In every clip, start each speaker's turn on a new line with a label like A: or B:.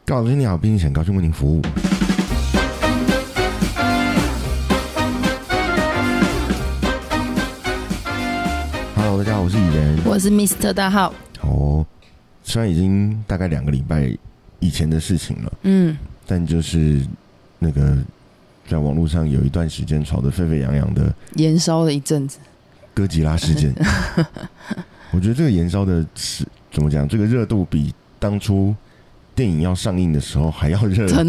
A: 高老师你好，并且很高兴为您服务。Hello， 大家好，我是蚁人，
B: 我是 Mr. 大号。
A: 虽然已经大概2个礼拜以前的事情了，但就是那个在网络上有一段时间吵得沸沸扬扬的，
B: 延烧了一阵子，
A: 哥吉拉事件。我觉得这个延烧的是怎么讲？这个热度比当初电影要上映的时候还要热。
B: 可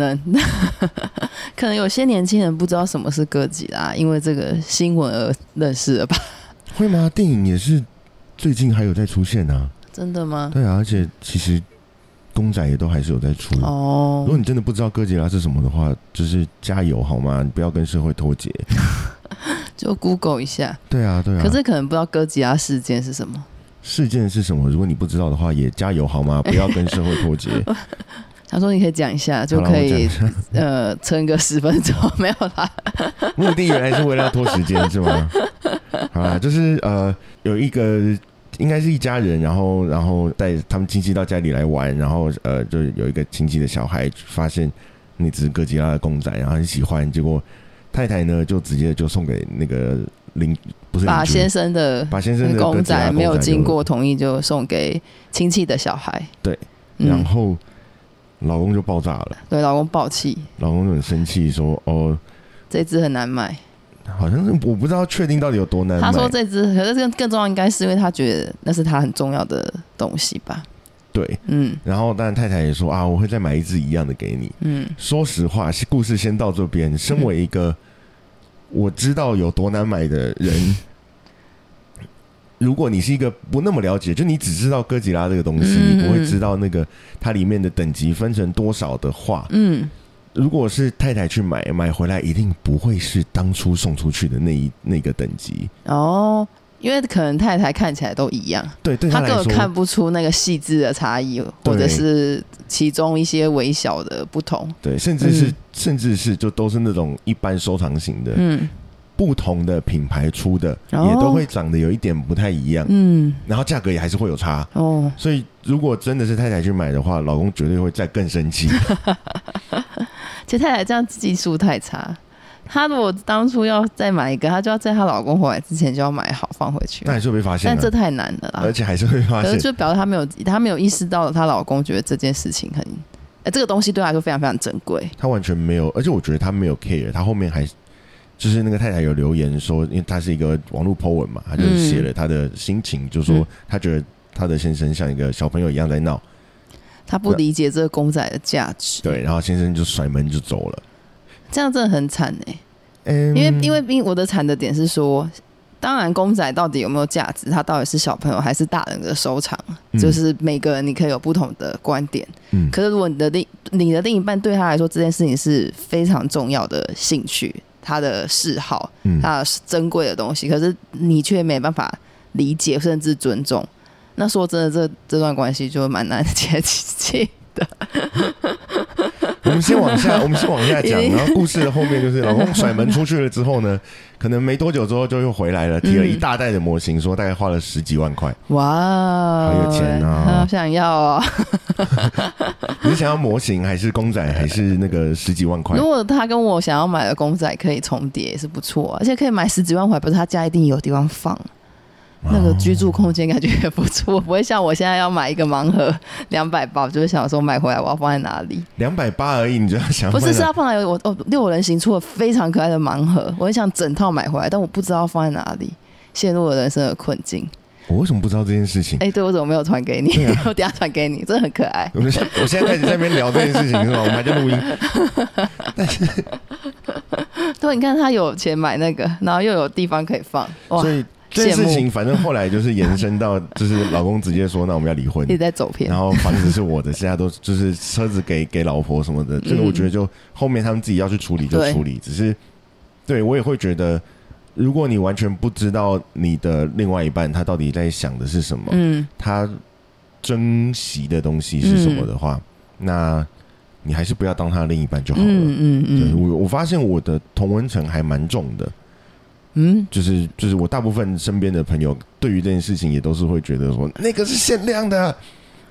B: 能有些年轻人不知道什么是哥吉拉，因为这个新闻而认识了吧？
A: 会吗？电影也是最近还有在出现啊。
B: 真的吗？
A: 对啊，而且其实公仔也都还是有在出哦。如果你真的不知道哥吉拉是什么的话，就是加油好吗？你不要跟社会脱节。
B: 就 Google 一下。
A: 对啊。
B: 可是可能不知道哥吉拉事件是什么。
A: 事件是什么？如果你不知道的话，也加油好吗？不要跟社会脱节。
B: 他说你可以讲一下，就可以撑个10分钟，没有啦。
A: 目的原来是为了要拖时间是吗？好啦，就是有一个。应该是一家人，然后带他们亲戚到家里来玩，然后就有一个亲戚的小孩发现那只哥吉拉的公仔，然后很喜欢，结果太太呢就直接就送给那个把先生的
B: 公仔没有经过同意就送给亲戚的小孩，
A: 对，然后老公就爆炸了，
B: 对，老公爆气，
A: 老公就很生气说
B: 这只很难买。
A: 好像是我不知道确定到底有多难买。
B: 他说这只，可是更重要应该是因为他觉得那是他很重要的东西吧。
A: 对，然后当然太太也说我会再买一只一样的给你。说实话，故事先到这边。身为一个我知道有多难买的人，如果你是一个不那么了解，就你只知道哥吉拉这个东西，你不会知道那个它里面的等级分成多少的话，如果是太太去买回来，一定不会是当初送出去的那个等级
B: 哦，因为可能太太看起来都一样，
A: 对他来说，
B: 他根本看不出那个细致的差异，或者是其中一些微小的不同，
A: 对，甚至是就都是那种一般收藏型的，不同的品牌出的，也都会长得有一点不太一样，然后价格也还是会有差，所以如果真的是太太去买的话，老公绝对会再更生气。
B: 其实太太这样技术太差，她如果当初要再买一个，她就要在她老公回来之前就要买好放回去，
A: 那还是会被发现，
B: 但这太难了啦，
A: 而且还是会发现，
B: 可是就表示她没有意识到她老公觉得这件事情这个东西对她来说非常非常珍贵，
A: 她完全没有，而且我觉得她没有 care， 她后面还就是那个太太有留言说，因为她是一个网络 po 文嘛，她就写了她的心情，就说她觉得她的先生像一个小朋友一样在闹。
B: 他不理解这个公仔的价值，
A: 对，然后先生就甩门就走了，
B: 这样真的很惨因为我的惨的点是说，当然公仔到底有没有价值，它到底是小朋友还是大人的收藏，就是每个人你可以有不同的观点，可是如果你的另一半对他来说这件事情是非常重要的兴趣，他的嗜好，他的珍贵的东西，可是你却没办法理解甚至尊重，那说真的，这段关系就蛮难接近的。
A: 我们先往下讲，然后故事的后面就是老公甩门出去了之后呢，可能没多久之后就又回来了，提了一大袋的模型，说大概花了10几万块。
B: 哇，
A: 好有钱啊！
B: 好想要哦。
A: 你是想要模型还是公仔，还是那个10几万块？
B: 如果他跟我想要买的公仔可以重叠，也是不错，而且可以买10几万块，不是他家一定有地方放。那个居住空间感觉也不错，不会像我现在要买一个盲盒200包，就是想说买回来我要放在哪里
A: ？280而已，你就要想
B: 不是要放在6人行出了非常可爱的盲盒，我很想整套买回来，但我不知道放在哪里，陷入了人生的困境。
A: 我为什么不知道这件事情？
B: 对，我怎么没有传给你？我等一下传给你，真的很可爱。
A: 我现在开始在那边聊这件事情是吗？我们还在录音，但是
B: 对，你看他有钱买那个，然后又有地方可以放，哇！
A: 所以这件事情反正后来就是延伸到，就是老公直接说，那我们要离婚，
B: 一直在走偏，
A: 然后房子是我的，现在都就是车子给老婆什么的，这个我觉得就后面他们自己要去处理就处理，只是对我也会觉得，如果你完全不知道你的另外一半他到底在想的是什么，他珍惜的东西是什么的话，那你还是不要当他的另一半就好了。我发现我的同温层还蛮重的。就是我大部分身边的朋友对于这件事情也都是会觉得说那个是限量的，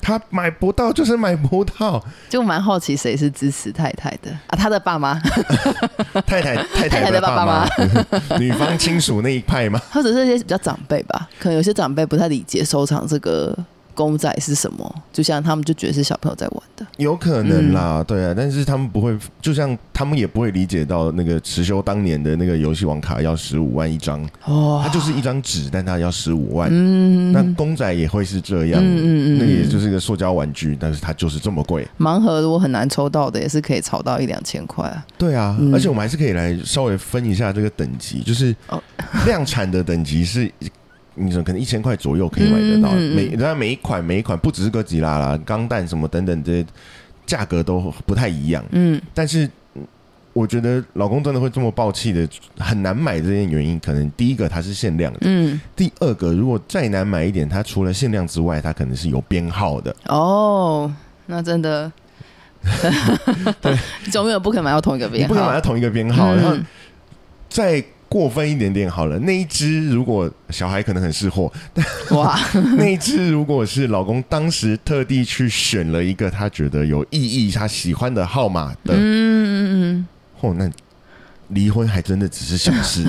A: 他买不到就是买不到，
B: 就蛮好奇谁是支持太太的啊？他的爸妈，
A: 太太的爸妈，女方亲属那一派吗？
B: 或者是一些比较长辈吧，可能有些长辈不太理解收藏这个公仔是什么，就像他们就觉得是小朋友在玩的，
A: 有可能啦，对啊，但是他们不会，就像他们也不会理解到那个池修当年的那个游戏王卡要15万一张，它就是一张纸，但它要15万，那公仔也会是这样，那也就是一个塑胶玩具，但是它就是这么贵。
B: 盲盒如果很难抽到的，也是可以炒到1-2千块啊。对
A: 啊，而且我们还是可以来稍微分一下这个等级，就是量产的等级是。你可能1000块左右可以买得到，每一款不只是哥吉拉啦、钢弹什么等等这些价格都不太一样。但是我觉得老公真的会这么爆气的，很难买这件原因，可能第一个它是限量的，第二个如果再难买一点，它除了限量之外，它可能是有编号的。
B: 哦，那真的，对，总有不可能买到同一个编号，
A: 你不可能买到同一个编号，然后再过分一点点好了，那一只如果小孩可能很识货，哇，那一只如果是老公当时特地去选了一个他觉得有意义、他喜欢的号码的，那离婚还真的只是小事。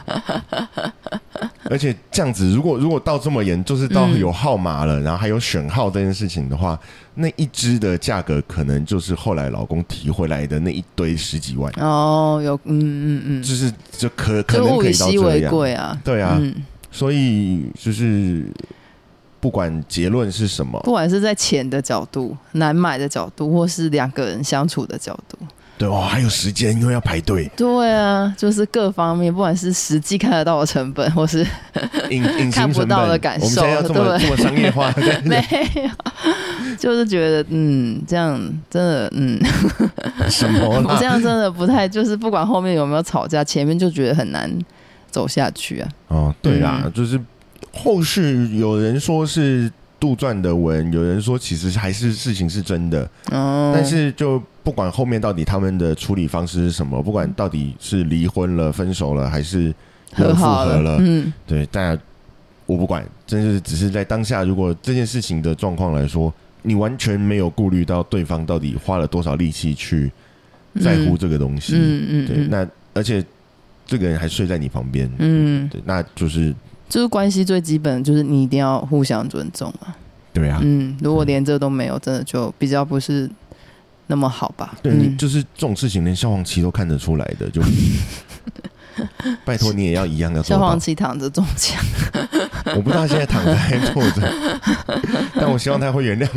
A: 而且这样子，如果到这么严，就是到有号码了，然后还有选号这件事情的话，那一支的价格可能就是后来老公提回来的那一堆10几万。哦，有，就是可能可以到这样，物以稀为贵啊。对啊，所以就是不管结论是什么，
B: 不管是在钱的角度、难买的角度，或是2个人相处的角度。
A: 对哦，还有时间，因为要排队。
B: 对啊，就是各方面，不管是实际看得到的成本，或是看不到的感受。我们现在要这么商业化，没有，就是觉得这样真的
A: 什么啦？
B: 这样真的不太，就是不管后面有没有吵架，前面就觉得很难走下去啊。
A: 哦，对啦，就是后续有人说是杜撰的文，有人说其实还是事情是真的，但是就不管后面到底他们的处理方式是什么，不管到底是离婚了、分手了，还是复合了，对，大家我不管，真是只是在当下，如果这件事情的状况来说，你完全没有顾虑到对方到底花了多少力气去在乎这个东西，对，那而且这个人还睡在你旁边，对，那就是
B: 关系最基本的就是你一定要互相尊重啊。
A: 对啊，
B: 如果连这都没有，真的就比较不是那么好吧。
A: 对，你就是这种事情连萧煌奇都看得出来的，就拜托你也要一样的做到。
B: 萧煌奇躺着中枪，
A: 我不知道他现在躺着还是坐着，但我希望他会原谅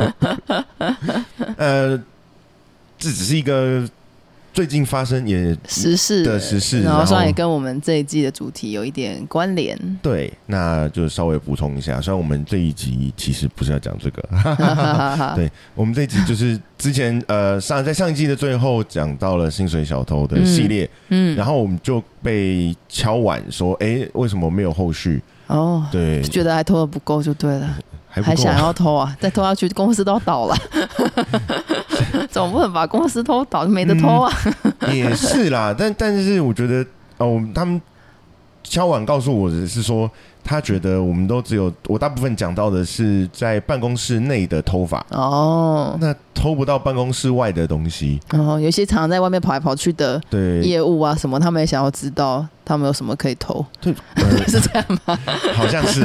A: 我。这只是一个最近发生也
B: 时事
A: 的时事，
B: 然后虽然也跟我们这一季的主题有一点关联。
A: 对，那就稍微补充一下，虽然我们这一集其实不是要讲这个，对，我们这一集就是之前在上一季的最后讲到了薪水小偷的系列，然后我们就被敲碗说，为什么没有后续？哦，对，
B: 觉得还偷的不够就对了。还想要偷啊？再偷下去，公司都倒了。总不能把公司偷倒，就没得偷啊。
A: 也是啦，但是我觉得他们敲碗告诉我的是说，他觉得我们都只有我大部分讲到的是在办公室内的偷法那偷不到办公室外的东西
B: 有些常常在外面跑来跑去的业务啊什么，他们也想要知道他们有什么可以偷。对，是这样吗？
A: 好像是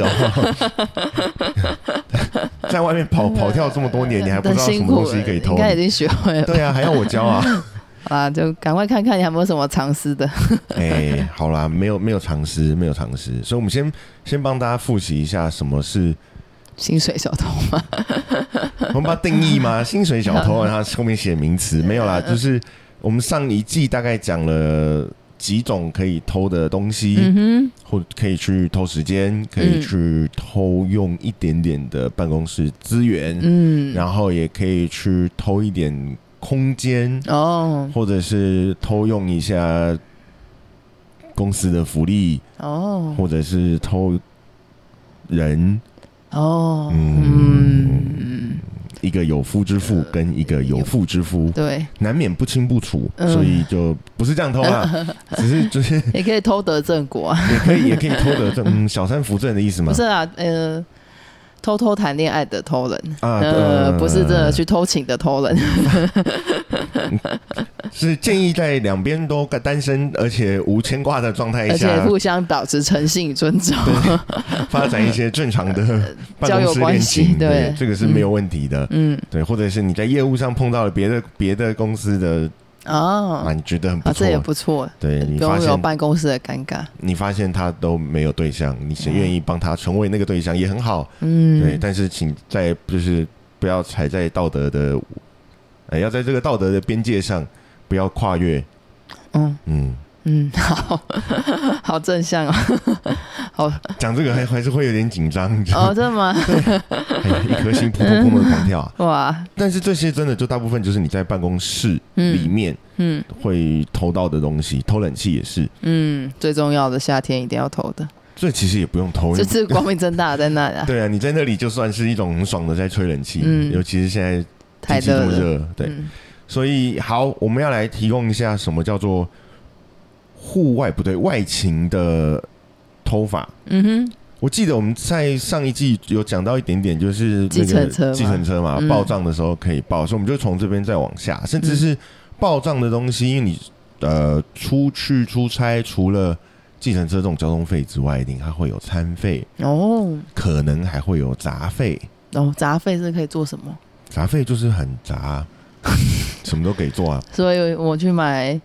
A: 在外面跑跳这么多年，你还不知道什么东西可以偷？
B: 应该已经学会了。
A: 对啊，还要我教啊？
B: 就赶快看看你还有没有什么藏私的。
A: 好啦，没有藏私，所以我们先帮大家复习一下什么是
B: 薪水小偷吗？
A: 我们把它定义吗？薪水小偷，然后后面写名词没有啦，就是我们上一季大概讲了几种可以偷的东西，或可以去偷时间，可以去偷用一点点的办公室资源，然后也可以去偷一点空间或者是偷用一下公司的福利或者是偷人一个有夫之妇跟一个有妇之夫，对，难免不清不楚，所以就不是这样偷啦，只是就是
B: 也可以偷得正果啊，
A: 也可以偷得正，小三扶正的意思吗？
B: 不是啊， 偷偷谈恋爱的偷人不是真的去偷情的偷人。
A: 是建议在两边都单身而且无牵挂的状态下，
B: 而且互相保持诚信尊重，
A: 发展一些正常的办公室恋情，对，这个是没有问题的。对，或者是你在业务上碰到了别的公司的你觉得很不错，
B: 这也不错。
A: 对，你
B: 发现有办公室的尴尬，
A: 你发现他都没有对象，你愿意帮他成为那个对象也很好。对，但是请在就是不要踩在道德的，要在这个道德的边界上不要跨越。
B: 好正向哦。好，
A: 讲这个还是会有点紧张。
B: 真的吗？
A: 一颗心扑扑扑的狂跳
B: 哇！
A: 但是这些真的就大部分就是你在办公室里面会偷到的东西，偷冷气也是。
B: 最重要的夏天一定要偷的。
A: 所以其实也不用偷，
B: 就是光明正大的在那里。
A: 对啊，你在那里就算是一种很爽的在吹冷气，尤其是现在
B: 太
A: 天气这么热，对。所以好，我们要来提供一下什么叫做户外不对外勤的偷法。我记得我们在上一季有讲到一点点，就是那个计程车嘛，报账的时候可以报，所以我们就从这边再往下，甚至是报账的东西，因为你出去出差，除了计程车这种交通费之外，一定还会有餐费可能还会有杂费
B: 杂费是可以做什么？
A: 杂费就是很杂，什么都可以做啊。
B: 所以我去买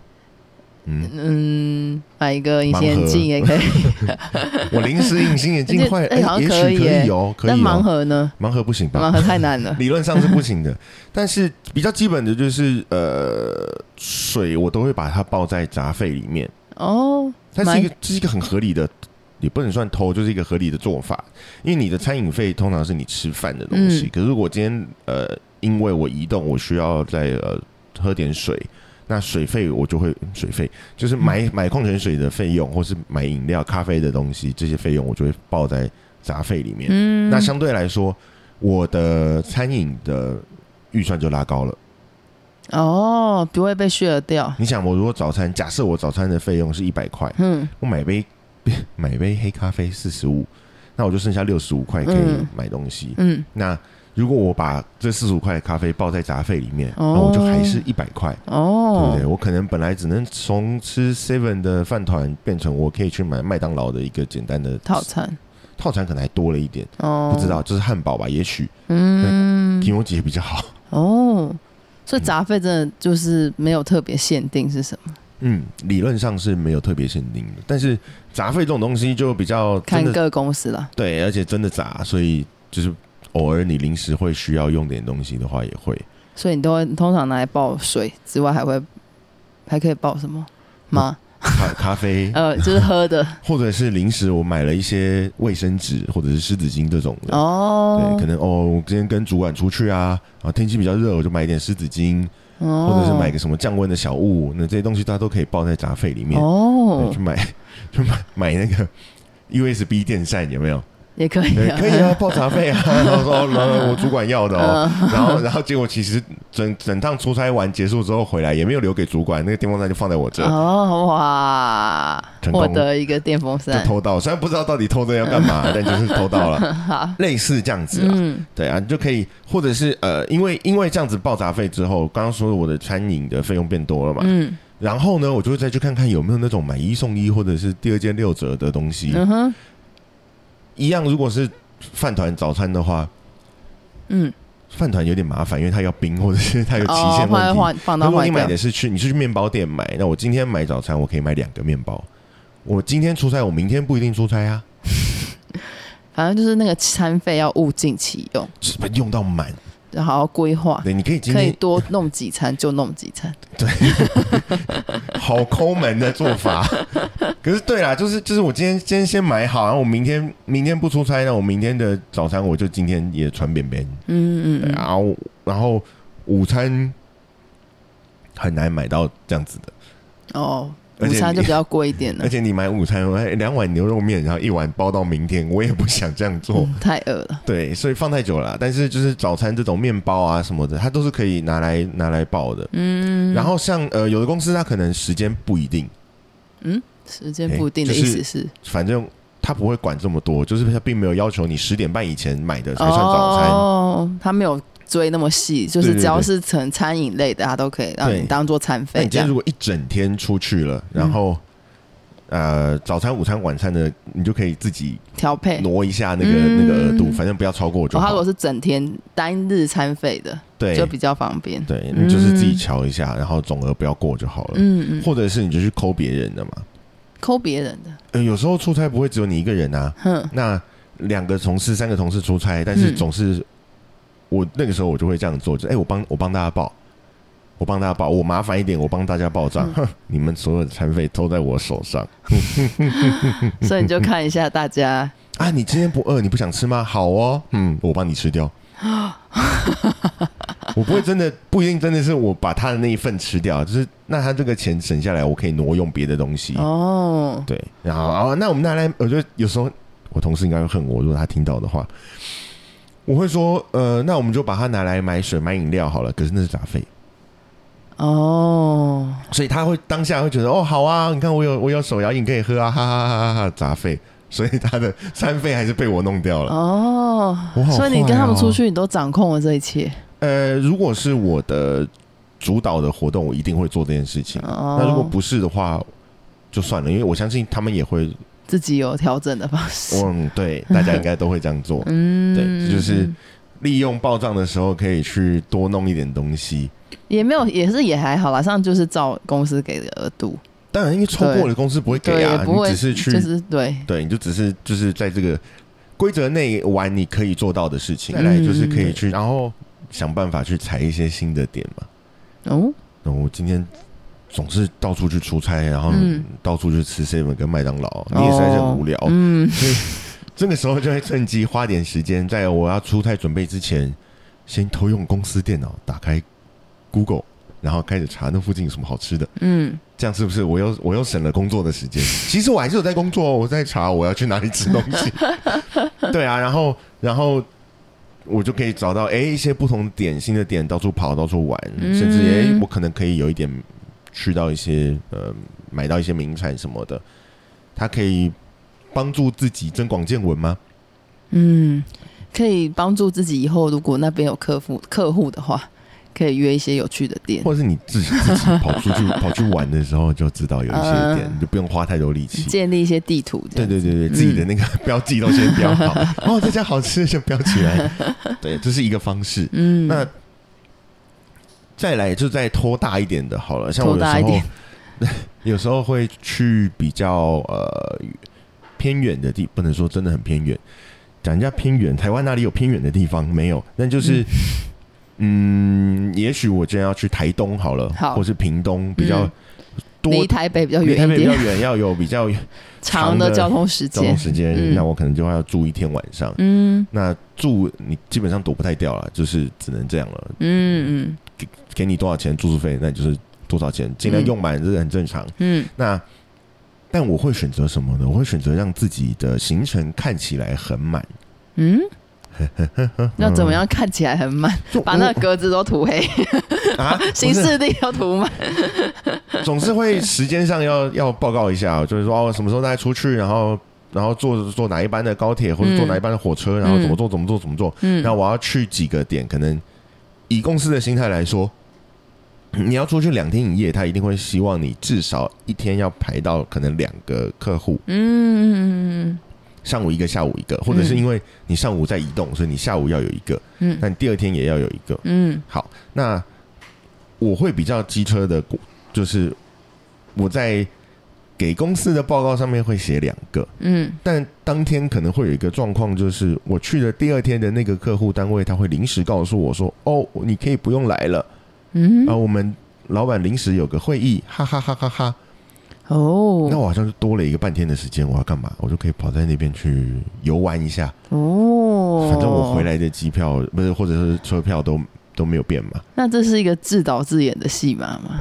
B: 买一个隐形眼镜也可以。
A: 我临时隐形眼镜坏了，
B: 好像
A: 可以哦，可以。
B: 但盲盒呢？
A: 盲盒不行吧？
B: 盲盒太难了，
A: 理论上是不行的。但是比较基本的就是水我都会把它报在杂费里面。它是一个很合理的，也不能算偷，就是一个合理的做法。因为你的餐饮费通常是你吃饭的东西，可是如果今天因为我移动，我需要再喝点水。那水费我就会就是买矿泉水的费用，或是买饮料、咖啡的东西，这些费用我就会报在杂费里面。那相对来说，我的餐饮的预算就拉高了。
B: 不会被削掉。
A: 你想，我如果假设我早餐的费用是100块，我买杯黑咖啡45，那我就剩下65块可以买东西。那如果我把这45块的咖啡报在杂费里面，那我就还是100块，对不对？我可能本来只能从吃 Seven 的饭团变成我可以去买麦当劳的一个简单的套餐可能还多了一点，不知道，就是汉堡吧，也许提摩吉也比较好。
B: 所以杂费真的就是没有特别限定是什么？
A: 理论上是没有特别限定的，但是杂费这种东西就比较
B: 看各公司啦。
A: 对，而且真的杂，所以就是偶尔你临时会需要用点东西的话也会。所
B: 以你都会通常拿来报水之外，还可以报什么吗？
A: 咖啡
B: 就是喝的，
A: 或者是临时我买了一些卫生纸或者是湿纸巾这种的。对，可能我今天跟主管出去啊，然后天气比较热，我就买一点湿纸巾，或者是买个什么降温的小物，那这些东西它都可以报在杂费里面。去买那个 USB 电扇有没有？
B: 也可以
A: 可以啊，报杂费啊。然后说我主管要的然后结果其实整趟出差完结束之后回来也没有留给主管，那个电风扇就放在我这。
B: 哇，我的一个电风扇
A: 就偷到，虽然不知道到底偷这要干嘛，但就是偷到了。好，类似这样子对啊，你就可以，或者是因为这样子报杂费之后，刚刚说我的餐饮的费用变多了嘛，然后呢，我就会再去看看有没有那种买1送1或者是第2件6折的东西。一样，如果是饭团早餐的话，饭团有点麻烦，因为它要冰，或者是它有期限问题。如果你买的是你是去面包店买，那我今天买早餐，我可以买2个面包。我今天出差，我明天不一定出差啊。
B: 反正就是那个餐费要物尽其用，
A: 用到满。
B: 好好规划，
A: 对，你可以
B: 多弄几餐就弄几餐，
A: 对，好抠门的做法。可是对啦，就是我今天先买好，然后我明天不出差，那我明天的早餐我就今天也传便便。然后午餐很难买到这样子的
B: 午餐就比较贵一点了。
A: 而且你买午餐2碗牛肉面，然后1碗包到明天，我也不想这样做，
B: 太饿了。
A: 对，所以放太久了。但是就是早餐这种面包啊什么的，它都是可以拿来报的。然后像有的公司它可能时间不一定。
B: 时间不一定的意思是，
A: 反正他不会管这么多，就是他并没有要求你10点半以前买的才算早餐。
B: 哦，他没有追那么细，就是只要是成餐饮类的，他都可以让你当做餐费。
A: 那你今天如果一整天出去了，然后早餐、午餐、晚餐的，你就可以自己
B: 调配
A: 挪一下那个额度，反正不要超过就好。
B: 他如果是整天单日餐费的，对，就比较方便。
A: 对，你就是自己瞧一下，然后总额不要过就好了。或者是你就去抠别人的嘛，
B: 抠别人的。
A: 有时候出差不会只有你一个人啊，那2个同事、3个同事出差，但是总是我那个时候我就会这样做，就我帮大家报。我帮大家报，我麻烦一点，我帮大家报账，你们所有的餐费都在我手上。
B: 所以你就看一下大家
A: 啊，你今天不饿，你不想吃吗？好哦，我帮你吃掉。我不会不一定真的是我把他的那一份吃掉，就是那他这个钱省下来，我可以挪用别的东西。哦，对，然后那我们拿来，我觉得有时候我同事应该会恨我，如果他听到的话，我会说，那我们就把它拿来买水、买饮料好了。可是那是杂费。哦，所以他会当下会觉得哦好啊，你看我有手摇饮可以喝啊，哈哈哈哈，杂费，所以他的餐费还是被我弄掉了。哦，
B: 所以你跟他们出去，你都掌控了这一切。
A: 如果是我的主导的活动，我一定会做这件事情。那如果不是的话，就算了，因为我相信他们也会
B: 自己有调整的方式。
A: 对，大家应该都会这样做。对，就是利用报账的时候可以去多弄一点东西。
B: 也没有，也还好啦，上就是照公司给的额度。
A: 当然，因为超过了公司不会给啊，你只是去
B: 就是对，
A: 你就只是就是在这个规则内玩你可以做到的事情。再来就是可以去，然后想办法去踩一些新的点嘛。哦，我今天总是到处去出差，然后到处去吃 7-Eleven 跟麦当劳，你也实在是很无聊。所以这个时候就会趁机花点时间，在我要出差准备之前，先偷用公司电脑打开Google， 然后开始查那附近有什么好吃的。这样是不是我又省了工作的时间？其实我还是有在工作，我在查我要去哪里吃东西。对啊，然后我就可以找到一些不同点新的点，到处跑到处玩，甚至我可能可以有一点去到一些买到一些名产什么的。它可以帮助自己增广见闻吗？
B: 可以帮助自己以后如果那边有客户的话，可以约一些有趣的店，
A: 或者是你自己跑去玩的时候就知道有一些店，你就不用花太多力气，
B: 建立一些地图。
A: 对，自己的那个标记都先标好。这家好吃就标起来。对，这是一个方式。那再来就再拖大一点的好了，像我有时候会去比较偏远的地，不能说真的很偏远，讲人家偏远，台湾哪里有偏远的地方？没有，但就是也许我今天要去台东好了，或是屏东，比较多，
B: 离台北比较远一点，
A: 要有比较
B: 长的交通时间，
A: 那我可能就要住1天晚上。那住你基本上躲不太掉了，就是只能这样了。给你多少钱住宿费，那就是多少钱，尽量用满，这是很正常。但我会选择什么呢？我会选择让自己的行程看起来很满。
B: 要怎么样看起来很满？把那个格子都涂黑啊，行事历都涂满。
A: 总是会时间上要报告一下，就是说什么时候大家出去，然后坐哪一班的高铁，或者坐哪一班的火车，然后怎么做。那我要去几个点，可能以公司的心态来说，你要出去2天1夜，他一定会希望你至少1天要排到可能2个客户。上午1个，下午1个，或者是因为你上午在移动，所以你下午要有1个，那你第2天也要有1个。好，那我会比较机车的，就是我在给公司的报告上面会写2个，但当天可能会有一个状况，就是我去的第2天的那个客户单位，他会临时告诉我说，你可以不用来了，我们老板临时有个会议，哈哈哈哈哈。那我好像就多了1个半天的时间，我要干嘛？我就可以跑在那边去游玩一下。反正我回来的机票不是或者是车票都没有变嘛。
B: 那这是一个自导自演的戏码吗？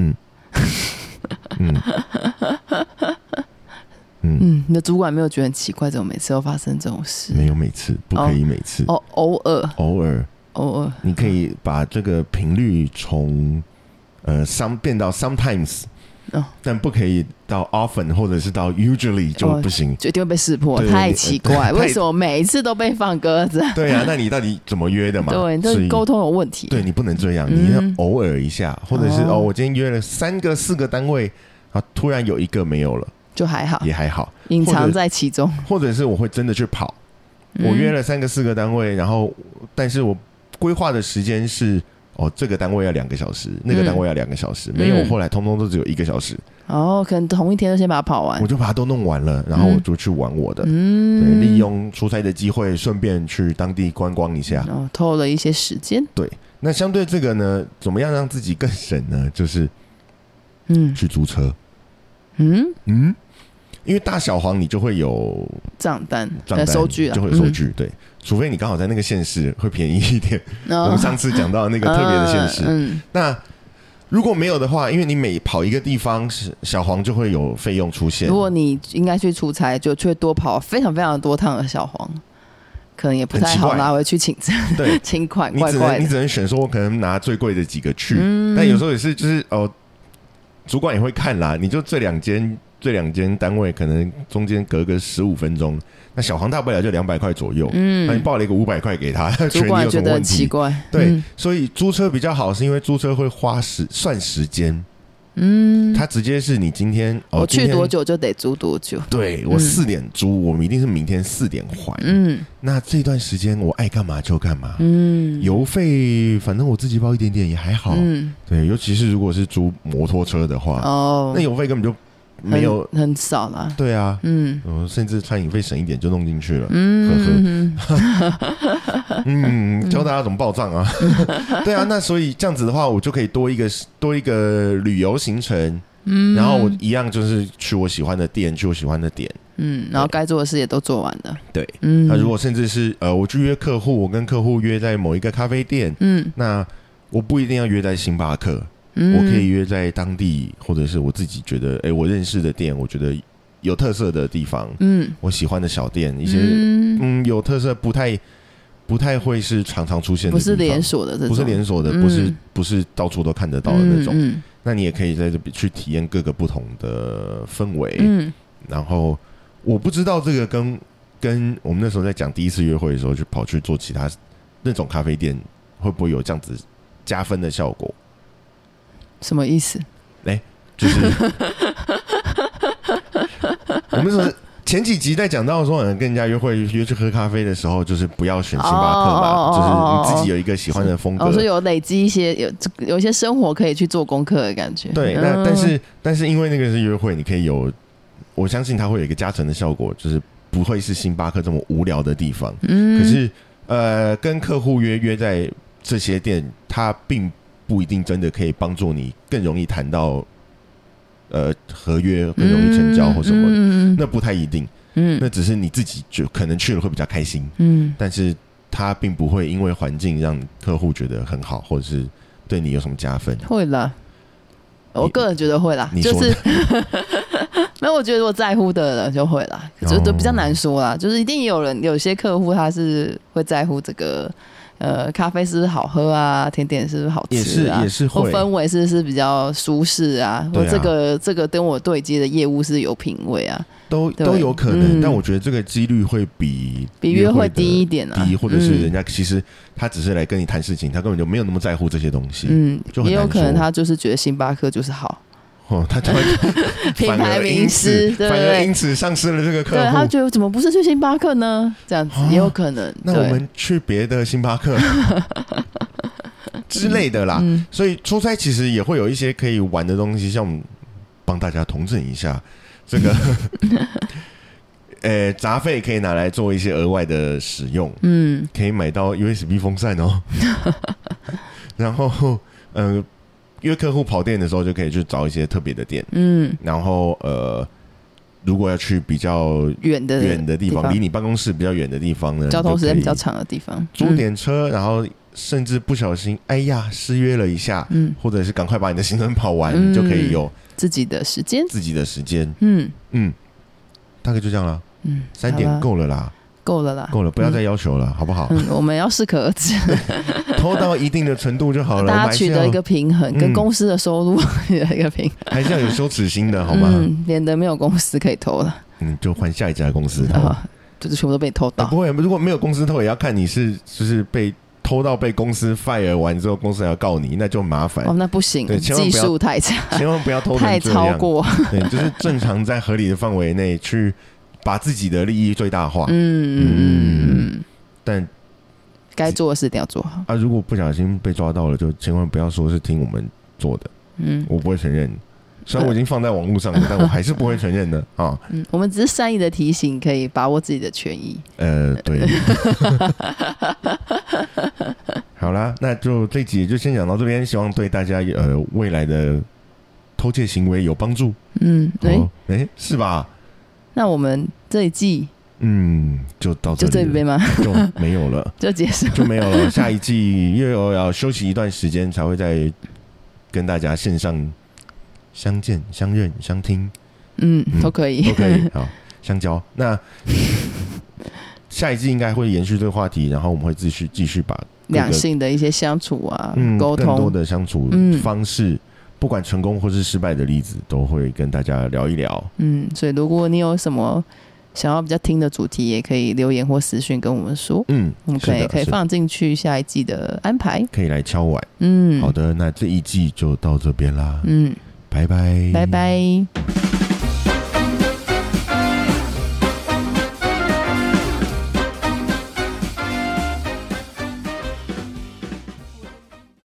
B: 你的主管没有觉得很奇怪，怎么每次都发生这种事？
A: 没有每次，不可以每次。
B: 偶尔，
A: 你可以把这个频率从变到 sometimes。 但不可以到 often 或者是到 usually 就不行，
B: 就一定会被识破，太奇怪，为什么每一次都被放鸽子？
A: 对啊，那你到底怎么约的嘛？
B: 对，这沟通有问题。
A: 对，你不能这样，你要偶尔一下，或者是我今天约了3个4个单位，突然有一个没有了，
B: 就还好，
A: 也还好，
B: 隐藏在其中。
A: 或者是我会真的去跑，我约了3个4个单位，然后但是我规划的时间是这个单位要2个小时，那个单位要2个小时，没有，我后来通通都只有1个小时。
B: 可能同一天就先把它跑完，
A: 我就把它都弄完了，然后我就去玩我的，对，利用出差的机会，顺便去当地观光一下，
B: 偷了一些时间。
A: 对，那相对这个呢，怎么样让自己更省呢？就是去租车。因为大小黄你就会有账单收据就会有收据，对，除非你刚好在那个县市会便宜一点。我们上次讲到那个特别的县市，那如果没有的话，因为你每跑一个地方，小黄就会有费用出现。
B: 如果你应该去出差，就却多跑非常非常多趟的小黄，可能也不太好拿回去请证，对，请款怪怪的。
A: 你只能选说，我可能拿最贵的几个去，但有时候也是就是主管也会看啦，你就这两间单位可能中间隔个15分钟，那小黄大不了就200块左右，那你报了一个500块给他，
B: 主管觉得很奇怪。
A: 对，所以租车比较好，是因为租车会算时间。它直接是你今天
B: 我去多久就得租多久。
A: 对，我4点租，我们一定是明天4点还。那这段时间我爱干嘛就干嘛。油费反正我自己包一点点也还好。对，尤其是如果是租摩托车的话，那油费根本就没有
B: 很少啦。
A: 对啊，甚至餐饮费省一点就弄进去了。教大家怎么报账啊。对啊，那所以这样子的话，我就可以多一个旅游行程。然后我一样就是去我喜欢的店，去我喜欢的点。
B: 然后该做的事也都做完了。
A: 对，那如果甚至是我去约客户，我跟客户约在某一个咖啡店，那我不一定要约在星巴克。我可以约在当地，或者是我自己觉得我认识的店，我觉得有特色的地方，我喜欢的小店，一些有特色不太会是常常出现的地方，
B: 不是连锁的这种，
A: 不是连锁的，不是到处都看得到的那种。那你也可以在这边去体验各个不同的氛围。然后我不知道这个跟我们那时候在讲第一次约会的时候，就跑去做其他那种咖啡店，会不会有这样子加分的效果？
B: 什么意思？
A: 就是我们说前几集在讲到说，跟人家约会约去喝咖啡的时候，就是不要选星巴克嘛，就是你自己有一个喜欢的风格。
B: 所以有累积一些有一些生活可以去做功课的感觉。
A: 对，那但是因为那个是约会，你可以我相信它会有一个加成的效果，就是不会是星巴克这么无聊的地方。可是跟客户约在这些店，它并不一定真的可以帮助你更容易谈到合约，更容易成交或什么的，那不太一定。那只是你自己就可能去了会比较开心。但是它并不会因为环境让客户觉得很好，或者是对你有什么加分。
B: 会啦，我个人觉得会啦，就是没有，我觉得我在乎的人就会啦，可是都比较难说啦。就是一定有些客户他是会在乎这个。咖啡是不是好喝啊？甜点是不是好吃啊？
A: 也是会，
B: 或氛围是不是比较舒适啊？或这个跟我对接的业务是有品味啊？
A: 都有可能，但我觉得这个几率会比
B: 约会低一点啊，
A: 低，或者是人家其实他只是来跟你谈事情，他根本就没有那么在乎这些东西。就很难说，
B: 也有可能他就是觉得星巴克就是好。
A: 他就会
B: 品牌名师，
A: 反而因此丧失了这个客户。
B: 对，他觉得怎么不是去星巴克呢？这样子也有可能。
A: 那我们去别的星巴克之类的啦。所以出差其实也会有一些可以玩的东西，像我们帮大家统整一下这个。杂费可以拿来做一些额外的使用。可以买到 USB 风扇哦。然后约客户跑店的时候，就可以去找一些特别的店。然后如果要去比较远的地方，离你办公室比较远的地方呢，
B: 交通时间比较长的地方，
A: 租点车，然后甚至不小心失约了一下，或者是赶快把你的行程跑完，就可以有
B: 自己的时间。
A: 大概就这样啦。3点够了啦。
B: 够了啦，
A: 够了，不要再要求了，好不好？
B: 我们要适可而止，
A: 偷到一定的程度就好了。
B: 大家取得一个平衡，跟公司的收入取得一个平衡，
A: 还是要有羞耻心的，好吗？
B: 免得没有公司可以偷了。
A: 就换下一家公司偷，
B: 就是全部都被偷到。
A: 不会，如果没有公司偷，也要看你就是被偷到被公司 fire 完之后，公司还要告你，那就麻烦。
B: 那不行，技术太差，
A: 千万不要偷成这样，
B: 太超过。
A: 对，就是正常在合理的范围内去把自己的利益最大化。但
B: 该做的事一定要做好
A: 啊！如果不小心被抓到了，就千万不要说是听我们做的。我不会承认。虽然我已经放在网络上了，但我还是不会承认的啊。
B: 我们只是善意的提醒，可以把握自己的权益。
A: 对。好啦，那就这集就先讲到这边，希望对大家未来的偷窃行为有帮助。是吧？
B: 那我们这一季，
A: 就到这里，
B: 就这边吗？
A: 就没有了，
B: 就结束，
A: 就没有了。下一季又要休息一段时间，才会再跟大家线上相见、相认、相听。
B: 都可以，
A: 好，相交。那下一季应该会延续这个话题，然后我们会继续把
B: 两性的一些相处啊，沟通
A: 更多的相处方式。不管成功或是失败的例子，都会跟大家聊一聊。
B: 所以如果你有什么想要比较听的主题，也可以留言或私讯跟我们说。我们可以放进去下一季的安排，
A: 可以来敲碗。好的，那这一季就到这边啦。拜拜，
B: 拜拜。